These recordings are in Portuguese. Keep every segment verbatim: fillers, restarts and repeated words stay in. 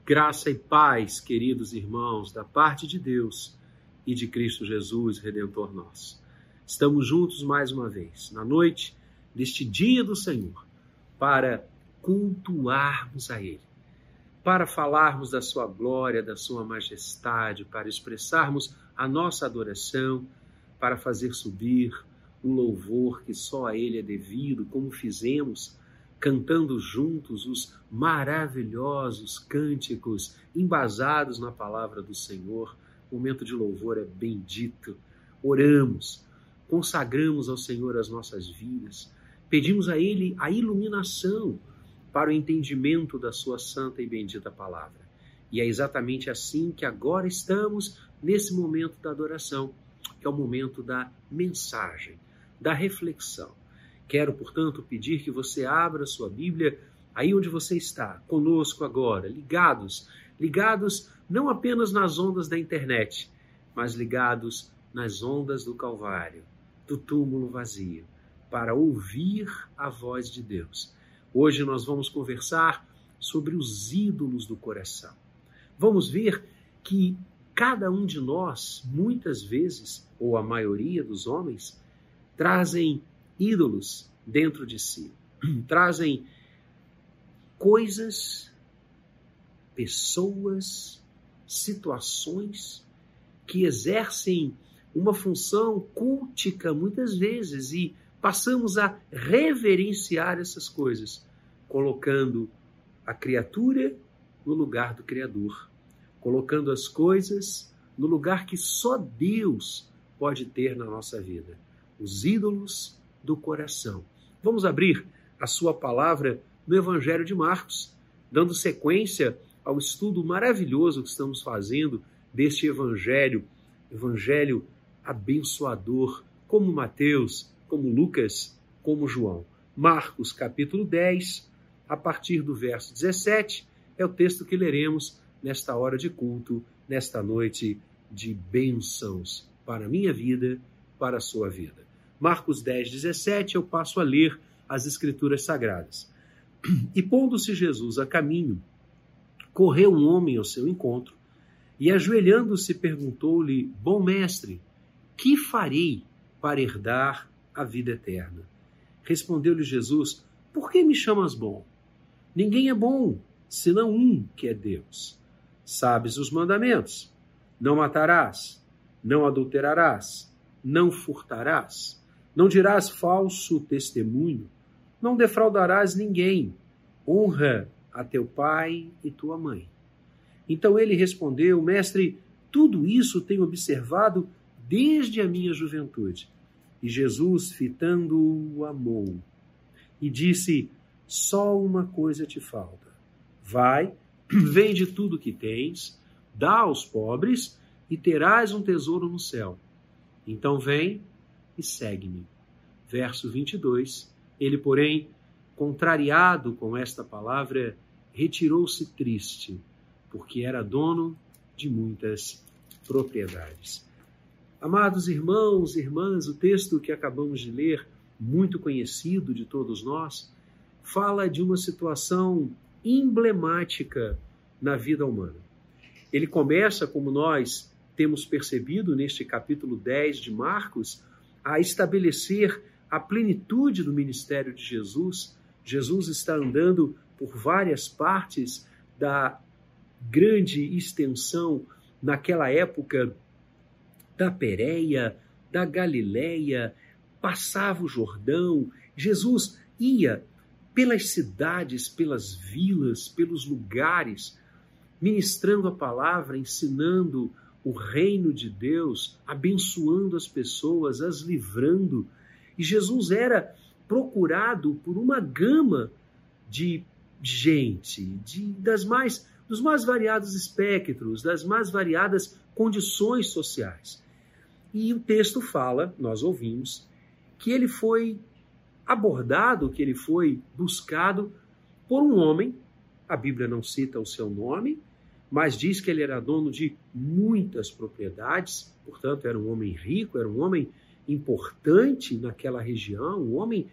Graça e paz, queridos irmãos, da parte de Deus e de Cristo Jesus, Redentor nosso. Estamos juntos mais uma vez, na noite deste dia do Senhor, para cultuarmos a Ele, para falarmos da sua glória, da sua majestade, para expressarmos a nossa adoração, para fazer subir um louvor que só a Ele é devido, como fizemos cantando juntos os maravilhosos cânticos embasados na palavra do Senhor. O momento de louvor é bendito. Oramos, consagramos ao Senhor as nossas vidas, pedimos a Ele a iluminação para o entendimento da sua santa e bendita palavra. E é exatamente assim que agora estamos nesse momento da adoração, que é o momento da mensagem, da reflexão. Quero, portanto, pedir que você abra sua Bíblia aí onde você está, conosco agora, ligados, ligados não apenas nas ondas da internet, mas ligados nas ondas do Calvário, do túmulo vazio, para ouvir a voz de Deus. Hoje nós vamos conversar sobre os ídolos do coração. Vamos ver que cada um de nós, muitas vezes, ou a maioria dos homens, trazem ídolos dentro de si, trazem coisas, pessoas, situações que exercem uma função cultica muitas vezes e passamos a reverenciar essas coisas, colocando a criatura no lugar do Criador, colocando as coisas no lugar que só Deus pode ter na nossa vida, os ídolos do coração. Vamos abrir a sua palavra no Evangelho de Marcos, dando sequência ao estudo maravilhoso que estamos fazendo deste Evangelho, Evangelho abençoador, como Mateus, como Lucas, como João. Marcos, capítulo dez, a partir do verso dezessete, é o texto que leremos nesta hora de culto, nesta noite de bênçãos para a minha vida, para a sua vida. Marcos dez, dezessete, eu passo a ler as Escrituras Sagradas. E pondo-se Jesus a caminho, correu um homem ao seu encontro e, ajoelhando-se, perguntou-lhe: Bom mestre, que farei para herdar a vida eterna? Respondeu-lhe Jesus: Por que me chamas bom? Ninguém é bom, senão um, que é Deus. Sabes os mandamentos: não matarás, não adulterarás, não furtarás, não dirás falso testemunho, não defraudarás ninguém, honra a teu pai e tua mãe. Então ele respondeu: Mestre, tudo isso tenho observado desde a minha juventude. E Jesus, fitando-o, amou e disse: Só uma coisa te falta. Vai, vende tudo o que tens, dá aos pobres e terás um tesouro no céu. Então vem e segue-me. Verso vinte e dois. Ele, porém, contrariado com esta palavra, retirou-se triste, porque era dono de muitas propriedades. Amados irmãos e irmãs, o texto que acabamos de ler, muito conhecido de todos nós, fala de uma situação emblemática na vida humana. Ele começa, como nós temos percebido neste capítulo dez de Marcos, a estabelecer a plenitude do ministério de Jesus. Jesus está andando por várias partes da grande extensão, naquela época, da Pérea, da Galileia, passava o Jordão. Jesus ia pelas cidades, pelas vilas, pelos lugares, ministrando a palavra, ensinando o reino de Deus, abençoando as pessoas, as livrando. E Jesus era procurado por uma gama de gente, de, das mais, dos mais variados espectros, das mais variadas condições sociais. E o texto fala, nós ouvimos, que ele foi abordado, que ele foi buscado por um homem. A Bíblia não cita o seu nome, mas diz que ele era dono de muitas propriedades, portanto era um homem rico, era um homem importante naquela região, um homem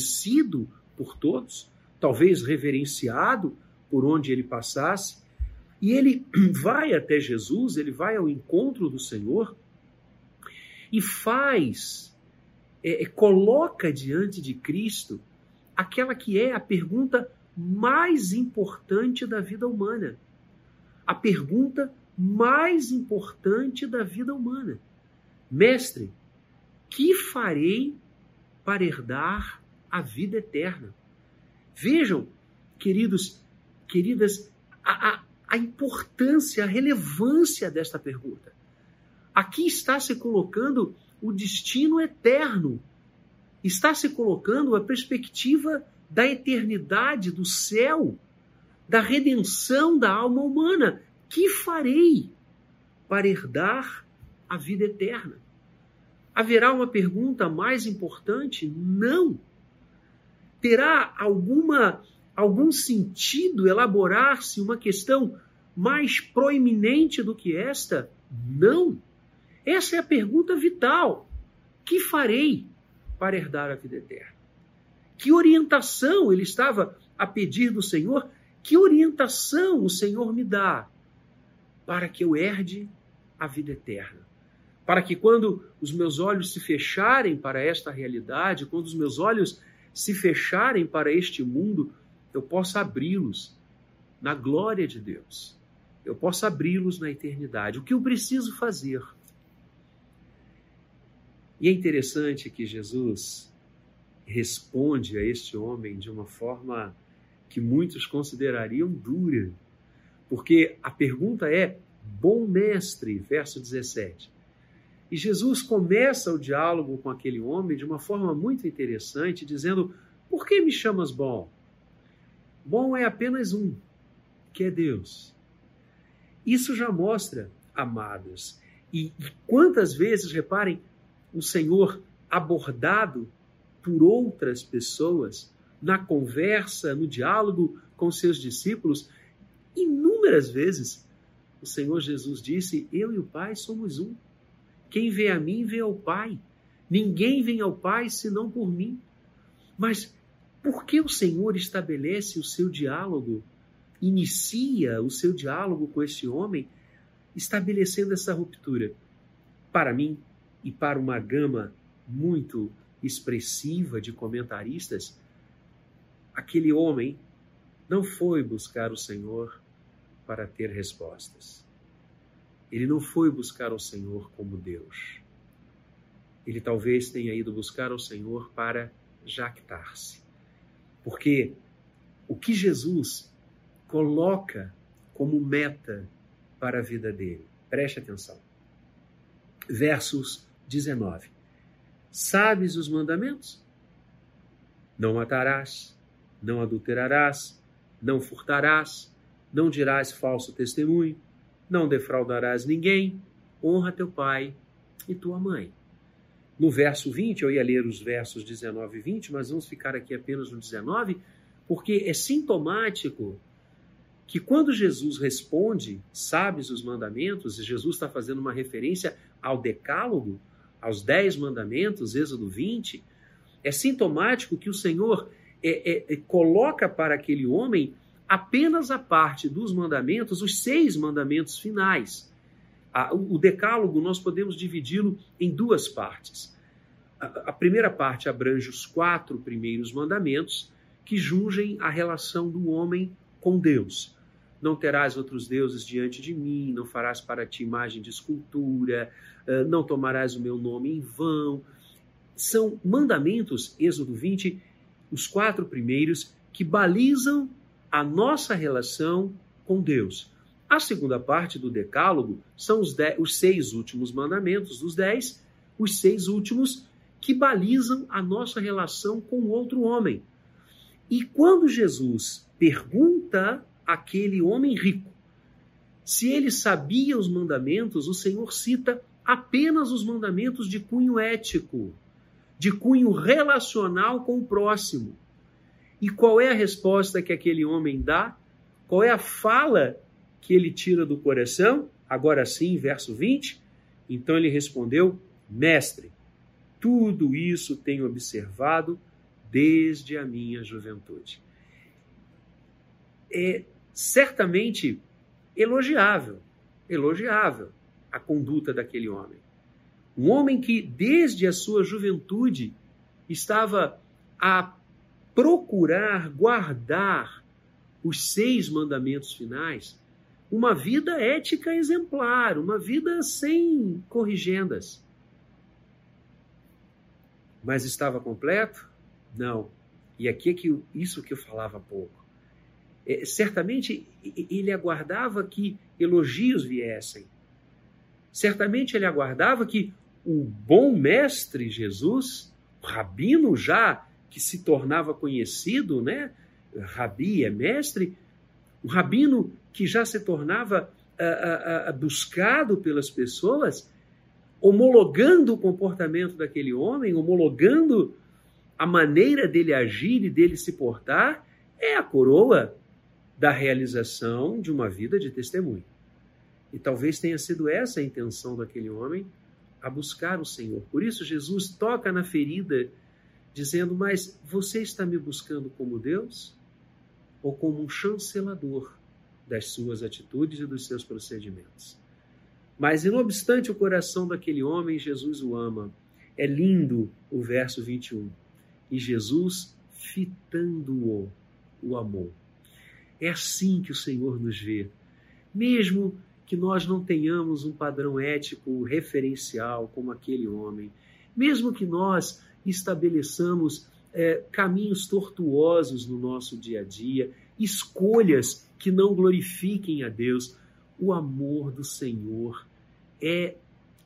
conhecido por todos, talvez reverenciado por onde ele passasse. E ele vai até Jesus, ele vai ao encontro do Senhor e faz, é, coloca diante de Cristo aquela que é a pergunta mais importante da vida humana. A pergunta mais importante da vida humana. Mestre, que farei para herdar a vida eterna? Vejam, queridos, queridas, a, a, a importância, a relevância desta pergunta. Aqui está se colocando o destino eterno. Está se colocando a perspectiva da eternidade, do céu, da redenção da alma humana. Que farei para herdar a vida eterna? Haverá uma pergunta mais importante? Não. Terá alguma, algum sentido elaborar-se uma questão mais proeminente do que esta? Não. Essa é a pergunta vital. Que farei para herdar a vida eterna? Que orientação ele estava a pedir do Senhor? Que orientação o Senhor me dá para que eu herde a vida eterna? Para que quando os meus olhos se fecharem para esta realidade, quando os meus olhos se fecharem para este mundo, eu possa abri-los na glória de Deus. Eu possa abri-los na eternidade. O que eu preciso fazer? E é interessante que Jesus responde a este homem de uma forma que muitos considerariam dura. Porque a pergunta é, bom mestre, verso dezessete. E Jesus começa o diálogo com aquele homem de uma forma muito interessante, dizendo, por que me chamas bom? Bom é apenas um, que é Deus. Isso já mostra, amados, e, e quantas vezes, reparem, o Senhor abordado por outras pessoas, na conversa, no diálogo com seus discípulos, inúmeras vezes, o Senhor Jesus disse, eu e o Pai somos um. Quem vê a mim, vê ao Pai. Ninguém vem ao Pai senão por mim. Mas por que o Senhor estabelece o seu diálogo, inicia o seu diálogo com esse homem, estabelecendo essa ruptura? Para mim, e para uma gama muito expressiva de comentaristas, aquele homem não foi buscar o Senhor para ter respostas. Ele não foi buscar o Senhor como Deus. Ele talvez tenha ido buscar o Senhor para jactar-se. Porque o que Jesus coloca como meta para a vida dele, preste atenção. Versos dezenove. Sabes os mandamentos? Não matarás, não adulterarás, não furtarás, não dirás falso testemunho, não defraudarás ninguém, honra teu pai e tua mãe. No verso vinte, eu ia ler os versos dezenove e vinte, mas vamos ficar aqui apenas no dezenove, porque é sintomático que quando Jesus responde, sabes os mandamentos, e Jesus está fazendo uma referência ao decálogo, aos dez mandamentos, Êxodo vinte, é sintomático que o Senhor é, é, é, coloca para aquele homem apenas a parte dos mandamentos, os seis mandamentos finais. O decálogo nós podemos dividi-lo em duas partes. A primeira parte abrange os quatro primeiros mandamentos que jungem a relação do homem com Deus. Não terás outros deuses diante de mim, não farás para ti imagem de escultura, não tomarás o meu nome em vão. São mandamentos, Êxodo vinte, os quatro primeiros, que balizam a nossa relação com Deus. A segunda parte do decálogo são os, dez, os seis últimos mandamentos, dos dez, os seis últimos que balizam a nossa relação com o outro homem. E quando Jesus pergunta àquele homem rico se ele sabia os mandamentos, o Senhor cita apenas os mandamentos de cunho ético, de cunho relacional com o próximo. E qual é a resposta que aquele homem dá? Qual é a fala que ele tira do coração? Agora sim, verso vinte. Então ele respondeu, mestre, tudo isso tenho observado desde a minha juventude. É, certamente, elogiável, elogiável a conduta daquele homem. Um homem que, desde a sua juventude, estava a procurar guardar os seis mandamentos finais, uma vida ética exemplar, uma vida sem corrigendas. Mas estava completo? Não. E aqui é que isso que eu falava há pouco. É, certamente ele aguardava que elogios viessem. Certamente ele aguardava que o bom mestre Jesus, o rabino já que se tornava conhecido, né? Rabi é mestre, o rabino que já se tornava uh, uh, uh, buscado pelas pessoas, homologando o comportamento daquele homem, homologando a maneira dele agir e dele se portar, é a coroa da realização de uma vida de testemunho. E talvez tenha sido essa a intenção daquele homem, a buscar o Senhor. Por isso Jesus toca na ferida, dizendo, mas você está me buscando como Deus ou como um chancelador das suas atitudes e dos seus procedimentos? Mas, não obstante o coração daquele homem, Jesus o ama. É lindo o verso vinte e um. E Jesus, fitando-o, o amou. É assim que o Senhor nos vê. Mesmo que nós não tenhamos um padrão ético referencial como aquele homem, mesmo que nós estabeleçamos é, caminhos tortuosos no nosso dia a dia, escolhas que não glorifiquem a Deus, o amor do Senhor é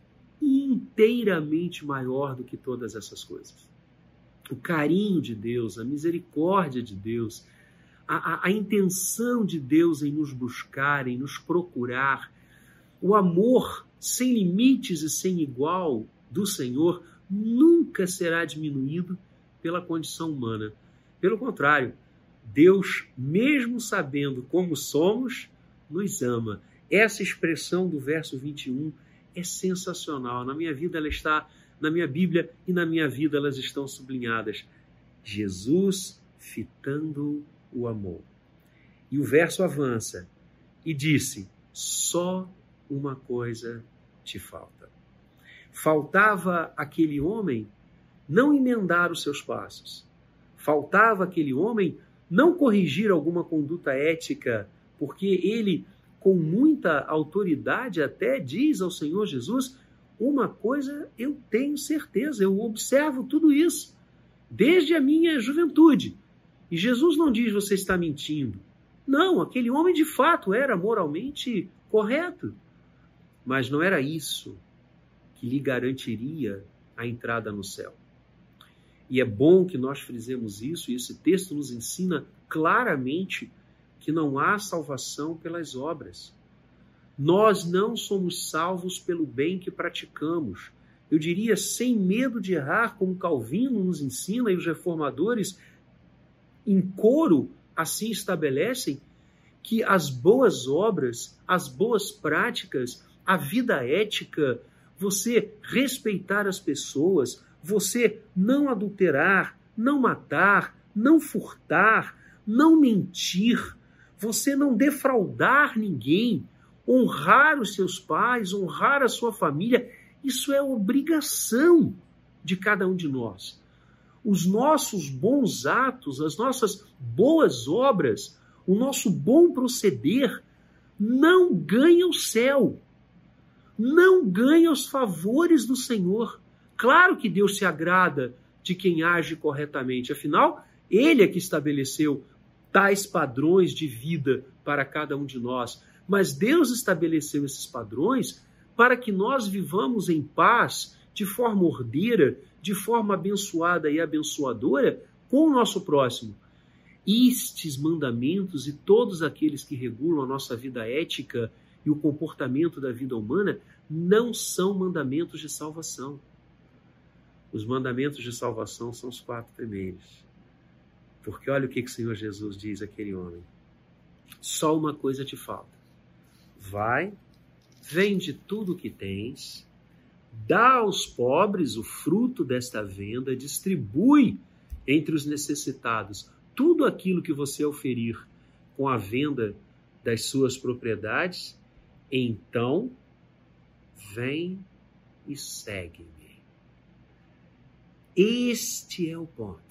inteiramente maior do que todas essas coisas. O carinho de Deus, a misericórdia de Deus, a, a, a intenção de Deus em nos buscar, em nos procurar, o amor sem limites e sem igual do Senhor nunca será diminuído pela condição humana. Pelo contrário, Deus, mesmo sabendo como somos, nos ama. Essa expressão do verso vinte e um é sensacional. Na minha vida ela está, na minha Bíblia e na minha vida elas estão sublinhadas. Jesus fitando o amor. E o verso avança e disse, só uma coisa te falta. Faltava aquele homem não emendar os seus passos. Faltava aquele homem não corrigir alguma conduta ética, porque ele, com muita autoridade, até diz ao Senhor Jesus, uma coisa eu tenho certeza, eu observo tudo isso, desde a minha juventude. E Jesus não diz, você está mentindo. Não, aquele homem de fato era moralmente correto. Mas não era isso que lhe garantiria a entrada no céu. E é bom que nós frisemos isso, e esse texto nos ensina claramente que não há salvação pelas obras. Nós não somos salvos pelo bem que praticamos. Eu diria, sem medo de errar, como Calvino nos ensina e os reformadores em coro assim estabelecem, que as boas obras, as boas práticas, a vida ética, você respeitar as pessoas, você não adulterar, não matar, não furtar, não mentir, você não defraudar ninguém, honrar os seus pais, honrar a sua família, isso é obrigação de cada um de nós. Os nossos bons atos, as nossas boas obras, o nosso bom proceder não ganha o céu, não ganha os favores do Senhor. Claro que Deus se agrada de quem age corretamente, afinal, Ele é que estabeleceu tais padrões de vida para cada um de nós. Mas Deus estabeleceu esses padrões para que nós vivamos em paz, de forma ordeira, de forma abençoada e abençoadora com o nosso próximo. Estes mandamentos e todos aqueles que regulam a nossa vida ética e o comportamento da vida humana não são mandamentos de salvação. Os mandamentos de salvação são os quatro primeiros. Porque olha o que, que o Senhor Jesus diz àquele homem. Só uma coisa te falta. Vai, vende tudo o que tens, dá aos pobres o fruto desta venda, distribui entre os necessitados tudo aquilo que você oferir com a venda das suas propriedades, então vem e segue-me. Este é o ponto.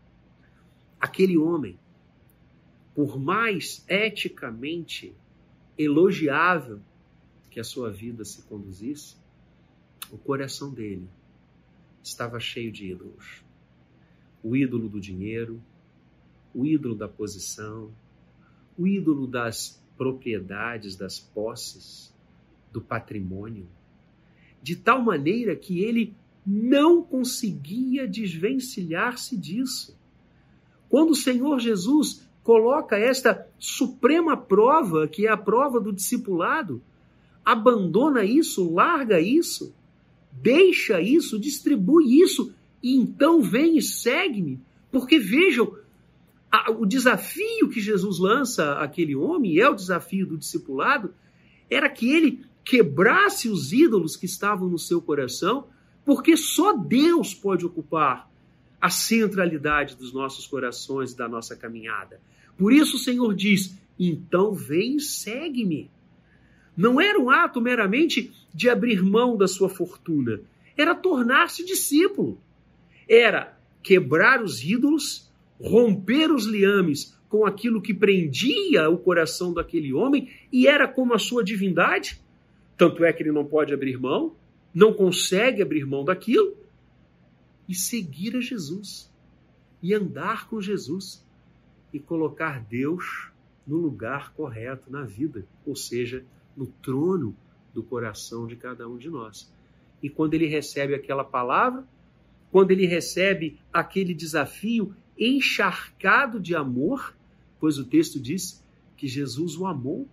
Aquele homem, por mais eticamente elogiável que a sua vida se conduzisse, o coração dele estava cheio de ídolos. O ídolo do dinheiro, o ídolo da posição, o ídolo das propriedades, das posses, do patrimônio, de tal maneira que ele não conseguia desvencilhar-se disso. Quando o Senhor Jesus coloca esta suprema prova, que é a prova do discipulado, abandona isso, larga isso, deixa isso, distribui isso, e então vem e segue-me. Porque vejam, a, o desafio que Jesus lança àquele homem, e é o desafio do discipulado, era que ele quebrasse os ídolos que estavam no seu coração, porque só Deus pode ocupar a centralidade dos nossos corações e da nossa caminhada. Por isso o Senhor diz, então vem e segue-me. Não era um ato meramente de abrir mão da sua fortuna, era tornar-se discípulo. Era quebrar os ídolos, romper os liames com aquilo que prendia o coração daquele homem e era como a sua divindade. Tanto é que ele não pode abrir mão, não consegue abrir mão daquilo, e seguir a Jesus, e andar com Jesus, e colocar Deus no lugar correto na vida, ou seja, no trono do coração de cada um de nós. E quando ele recebe aquela palavra, quando ele recebe aquele desafio encharcado de amor, pois o texto diz que Jesus o amou,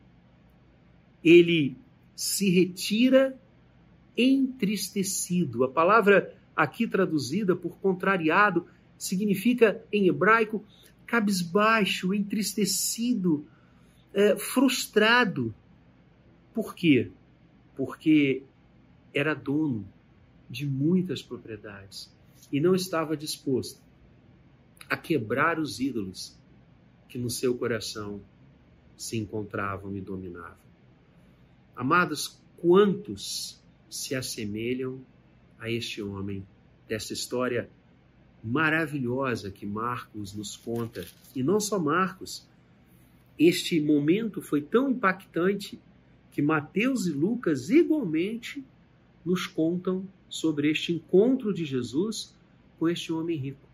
ele se retira entristecido. A palavra aqui traduzida por contrariado significa, em hebraico, cabisbaixo, entristecido, é, frustrado. Por quê? Porque era dono de muitas propriedades e não estava disposto a quebrar os ídolos que no seu coração se encontravam e dominavam. Amados, quantos se assemelham a este homem dessa história maravilhosa que Marcos nos conta? E não só Marcos. Este momento foi tão impactante que Mateus e Lucas igualmente nos contam sobre este encontro de Jesus com este homem rico,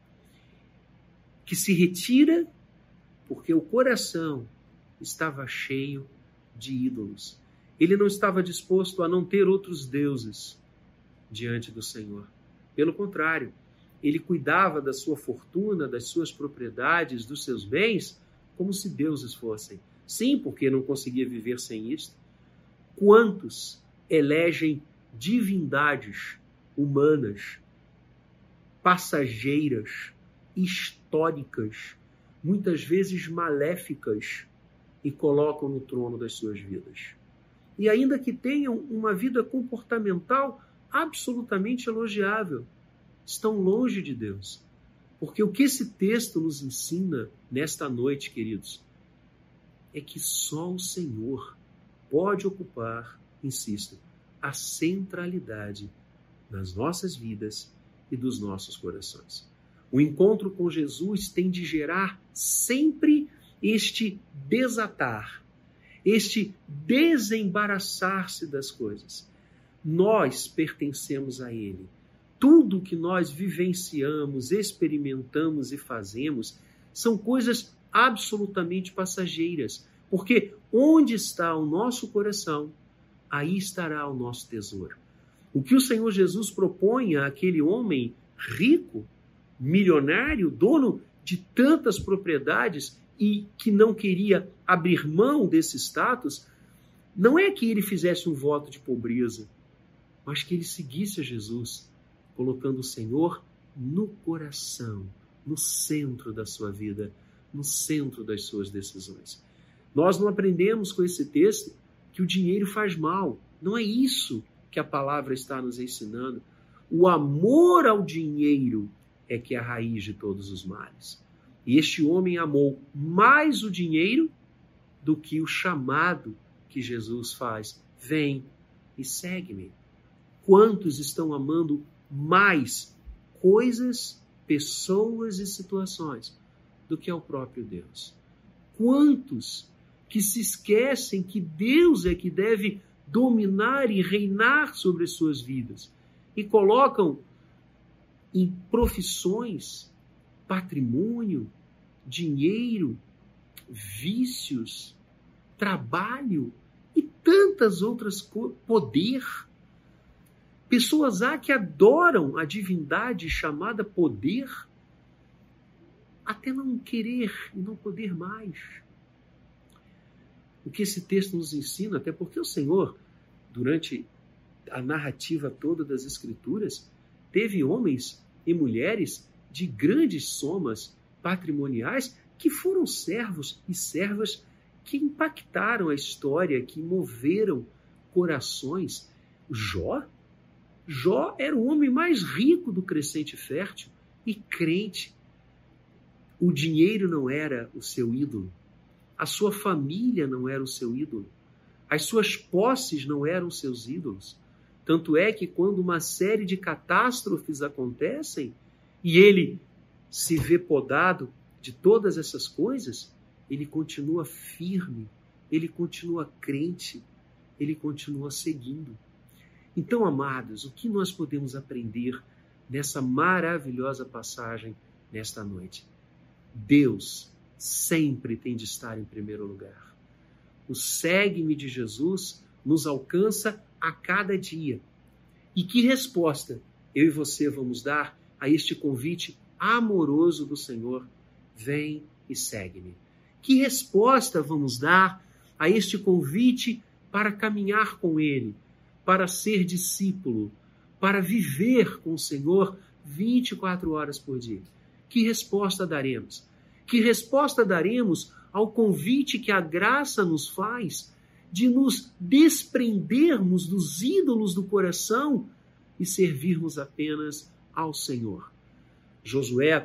que se retira porque o coração estava cheio de ídolos. Ele não estava disposto a não ter outros deuses diante do Senhor. Pelo contrário, ele cuidava da sua fortuna, das suas propriedades, dos seus bens, como se deuses fossem. Sim, porque não conseguia viver sem isto. Quantos elegem divindades humanas, passageiras, históricas, muitas vezes maléficas, e colocam no trono das suas vidas? E ainda que tenham uma vida comportamental absolutamente elogiável, estão longe de Deus. Porque o que esse texto nos ensina nesta noite, queridos, é que só o Senhor pode ocupar, insisto, a centralidade nas nossas vidas e dos nossos corações. O encontro com Jesus tem de gerar sempre este desatar, este desembaraçar-se das coisas. Nós pertencemos a Ele. Tudo que nós vivenciamos, experimentamos e fazemos são coisas absolutamente passageiras, porque onde está o nosso coração, aí estará o nosso tesouro. O que o Senhor Jesus propõe àquele homem rico, milionário, dono de tantas propriedades e que não queria abrir mão desse status, não é que ele fizesse um voto de pobreza, mas que ele seguisse a Jesus, colocando o Senhor no coração, no centro da sua vida, no centro das suas decisões. Nós não aprendemos com esse texto que o dinheiro faz mal. Não é isso que a palavra está nos ensinando. O amor ao dinheiro é que é a raiz de todos os males. E este homem amou mais o dinheiro do que o chamado que Jesus faz. Vem e segue-me. Quantos estão amando mais coisas, pessoas e situações do que ao próprio Deus? Quantos que se esquecem que Deus é que deve dominar e reinar sobre as suas vidas e colocam em profissões, patrimônio, dinheiro, vícios, trabalho e tantas outras coisas, poder. Pessoas há que adoram a divindade chamada poder até não querer e não poder mais. O que esse texto nos ensina, até porque o Senhor, durante a narrativa toda das Escrituras, teve homens e mulheres de grandes somas patrimoniais que foram servos e servas que impactaram a história, que moveram corações. Jó? Jó era o homem mais rico do Crescente Fértil e crente. O dinheiro não era o seu ídolo. A sua família não era o seu ídolo. As suas posses não eram seus ídolos. Tanto é que quando uma série de catástrofes acontecem e ele se vê podado de todas essas coisas, ele continua firme, ele continua crente, ele continua seguindo. Então, amados, o que nós podemos aprender nessa maravilhosa passagem nesta noite? Deus sempre tem de estar em primeiro lugar. O segue-me de Jesus nos alcança a cada dia. E que resposta eu e você vamos dar a este convite amoroso do Senhor? Vem e segue-me. Que resposta vamos dar a este convite para caminhar com Ele, para ser discípulo, para viver com o Senhor vinte e quatro horas por dia? Que resposta daremos? Que resposta daremos ao convite que a graça nos faz de nos desprendermos dos ídolos do coração e servirmos apenas ao Senhor? Josué,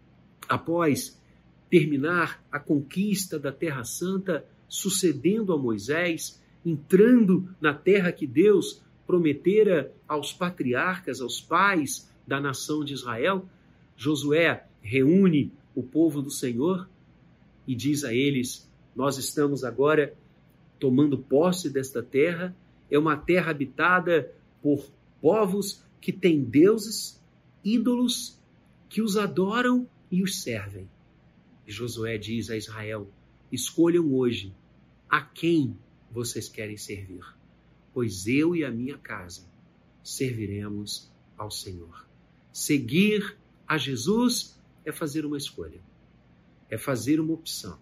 após terminar a conquista da Terra Santa, sucedendo a Moisés, entrando na terra que Deus prometera aos patriarcas, aos pais da nação de Israel, Josué reúne o povo do Senhor e diz a eles: nós estamos agora tomando posse desta terra, é uma terra habitada por povos que têm deuses, ídolos, que os adoram e os servem. E Josué diz a Israel: escolham hoje a quem vocês querem servir, pois eu e a minha casa serviremos ao Senhor. Seguir a Jesus é fazer uma escolha, é fazer uma opção,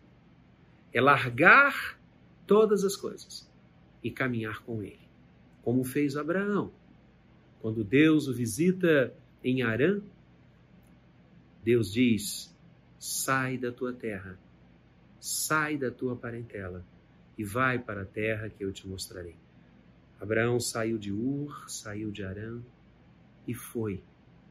é largar todas as coisas e caminhar com Ele, como fez Abraão. Quando Deus o visita em Harã, Deus diz: sai da tua terra, sai da tua parentela e vai para a terra que eu te mostrarei. Abraão saiu de Ur, saiu de Harã e foi,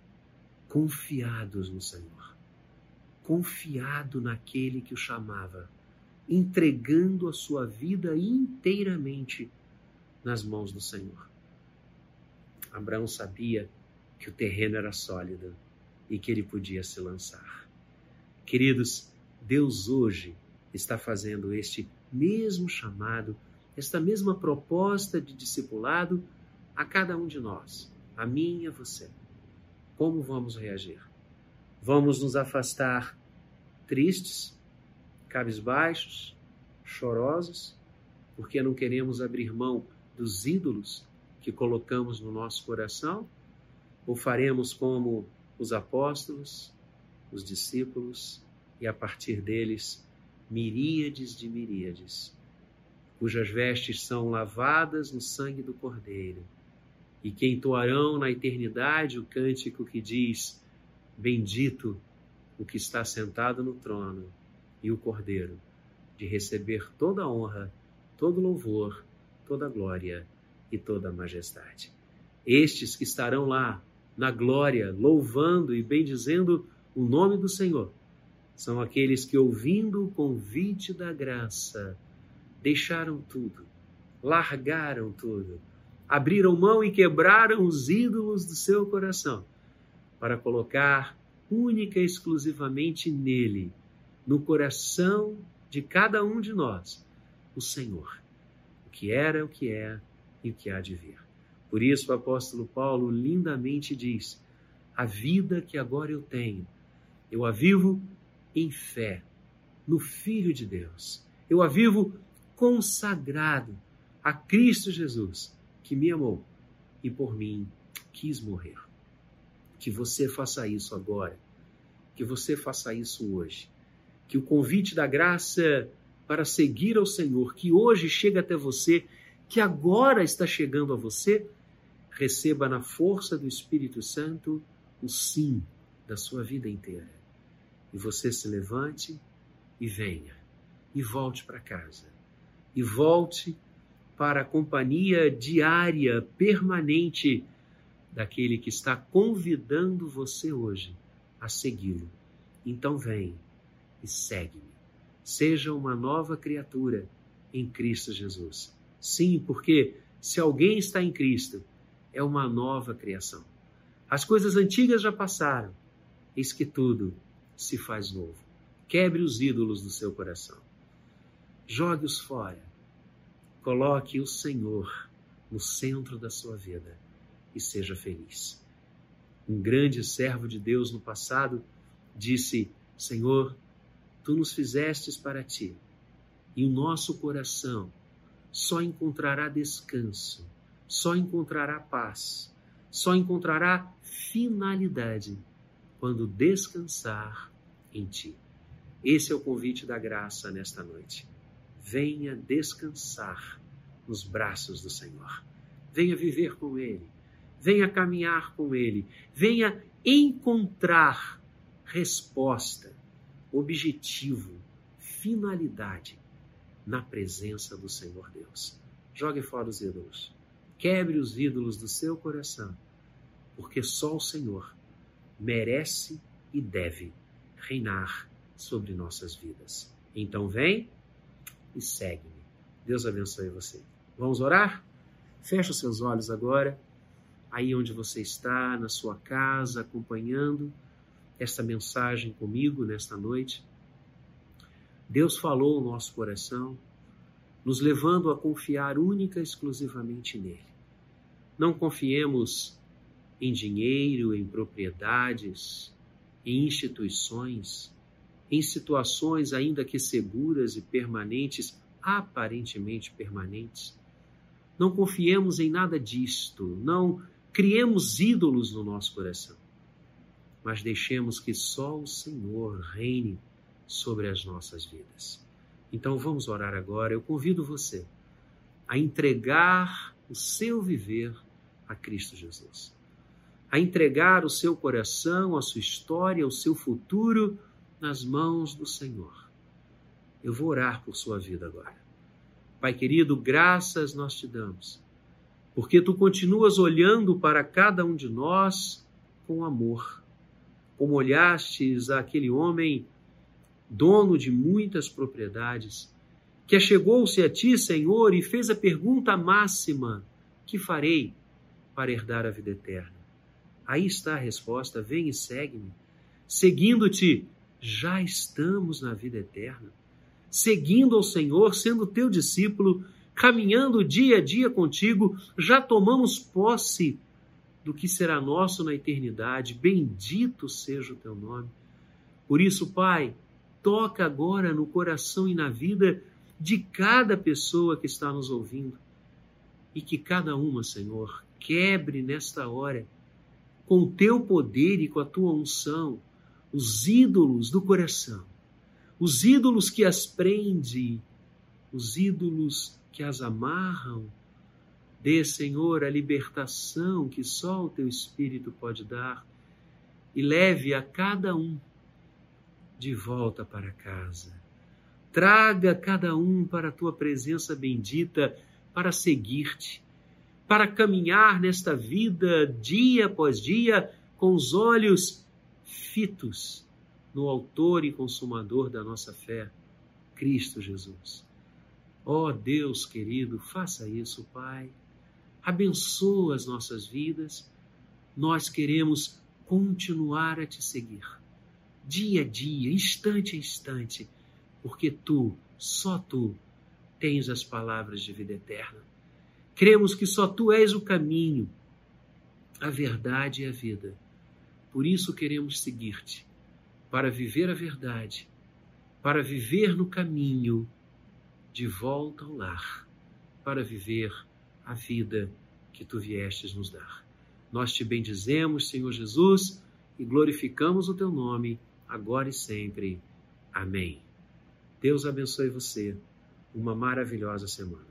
confiados no Senhor, confiado naquele que o chamava, entregando a sua vida inteiramente nas mãos do Senhor. Abraão sabia que o terreno era sólido e que ele podia se lançar. Queridos, Deus hoje está fazendo este mesmo chamado, esta mesma proposta de discipulado a cada um de nós, a mim e a você. Como vamos reagir? Vamos nos afastar tristes, cabisbaixos, chorosos, porque não queremos abrir mão dos ídolos que colocamos no nosso coração? Ou faremos como os apóstolos, os discípulos, e a partir deles, miríades de miríades, cujas vestes são lavadas no sangue do Cordeiro, e que entoarão na eternidade o cântico que diz: bendito o que está sentado no trono e o Cordeiro, de receber toda a honra, todo louvor, toda a glória e toda a majestade. Estes que estarão lá na glória, louvando e bendizendo o nome do Senhor, são aqueles que, ouvindo o convite da graça, deixaram tudo, largaram tudo, abriram mão e quebraram os ídolos do seu coração para colocar única e exclusivamente nele, no coração de cada um de nós, o Senhor, o que era, o que é e o que há de vir. Por isso o apóstolo Paulo lindamente diz: a vida que agora eu tenho, eu a vivo em fé no Filho de Deus. Eu a vivo consagrado a Cristo Jesus, que me amou e por mim quis morrer. Que você faça isso agora, que você faça isso hoje. Que o convite da graça para seguir ao Senhor, que hoje chega até você, que agora está chegando a você, receba na força do Espírito Santo o sim da sua vida inteira. E você se levante e venha, e volte para casa, e volte para a companhia diária, permanente, daquele que está convidando você hoje a segui-lo. Então vem e segue-me. Seja uma nova criatura em Cristo Jesus. Sim, porque se alguém está em Cristo, é uma nova criação. As coisas antigas já passaram, eis que tudo se faz novo. Quebre os ídolos do seu coração. Jogue-os fora. Coloque o Senhor no centro da sua vida e seja feliz. Um grande servo de Deus no passado disse: Senhor, Tu nos fizestes para Ti, e o nosso coração só encontrará descanso, só encontrará paz, só encontrará finalidade quando descansar em Ti. Esse é o convite da graça nesta noite. Venha descansar nos braços do Senhor. Venha viver com Ele. Venha caminhar com Ele. Venha encontrar resposta, objetivo, finalidade na presença do Senhor Deus. Jogue fora os ídolos. Quebre os ídolos do seu coração, porque só o Senhor merece e deve reinar sobre nossas vidas. Então vem e segue-me. Deus abençoe você. Vamos orar? Feche os seus olhos agora, aí onde você está, na sua casa, acompanhando esta mensagem comigo nesta noite. Deus falou ao nosso coração, nos levando a confiar única e exclusivamente nele. Não confiemos em dinheiro, em propriedades, em instituições, em situações ainda que seguras e permanentes, aparentemente permanentes. Não confiemos em nada disto, não criemos ídolos no nosso coração, mas deixemos que só o Senhor reine sobre as nossas vidas. Então vamos orar agora. Eu convido você a entregar o seu viver a Cristo Jesus, a entregar o seu coração, a sua história, o seu futuro nas mãos do Senhor. Eu vou orar por sua vida agora. Pai querido, graças nós te damos, porque tu continuas olhando para cada um de nós com amor, como olhastes àquele homem, dono de muitas propriedades, que achegou-se a ti, Senhor, e fez a pergunta máxima: que farei para herdar a vida eterna? Aí está a resposta: vem e segue-me. Seguindo-te, já estamos na vida eterna. Seguindo ao Senhor, sendo teu discípulo, caminhando dia a dia contigo, já tomamos posse do que será nosso na eternidade. Bendito seja o teu nome. Por isso, Pai, toca agora no coração e na vida de cada pessoa que está nos ouvindo, e que cada uma, Senhor, quebre nesta hora, com o teu poder e com a tua unção, os ídolos do coração, os ídolos que as prendem, os ídolos que as amarram. Dê, Senhor, a libertação que só o teu Espírito pode dar, e leve a cada um de volta para casa. Traga cada um para a tua presença bendita, para seguir-te, para caminhar nesta vida dia após dia, com os olhos fitos no autor e consumador da nossa fé, Cristo Jesus. Ó Deus querido, faça isso, Pai. Abençoa as nossas vidas. Nós queremos continuar a te seguir, dia a dia, instante a instante, porque tu, só tu, tens as palavras de vida eterna. Cremos que só tu és o caminho, a verdade e a vida. Por isso queremos seguir-te, para viver a verdade, para viver no caminho de volta ao lar, para viver a vida que tu viestes nos dar. Nós te bendizemos, Senhor Jesus, e glorificamos o teu nome, agora e sempre. Amém. Deus abençoe você. Uma maravilhosa semana.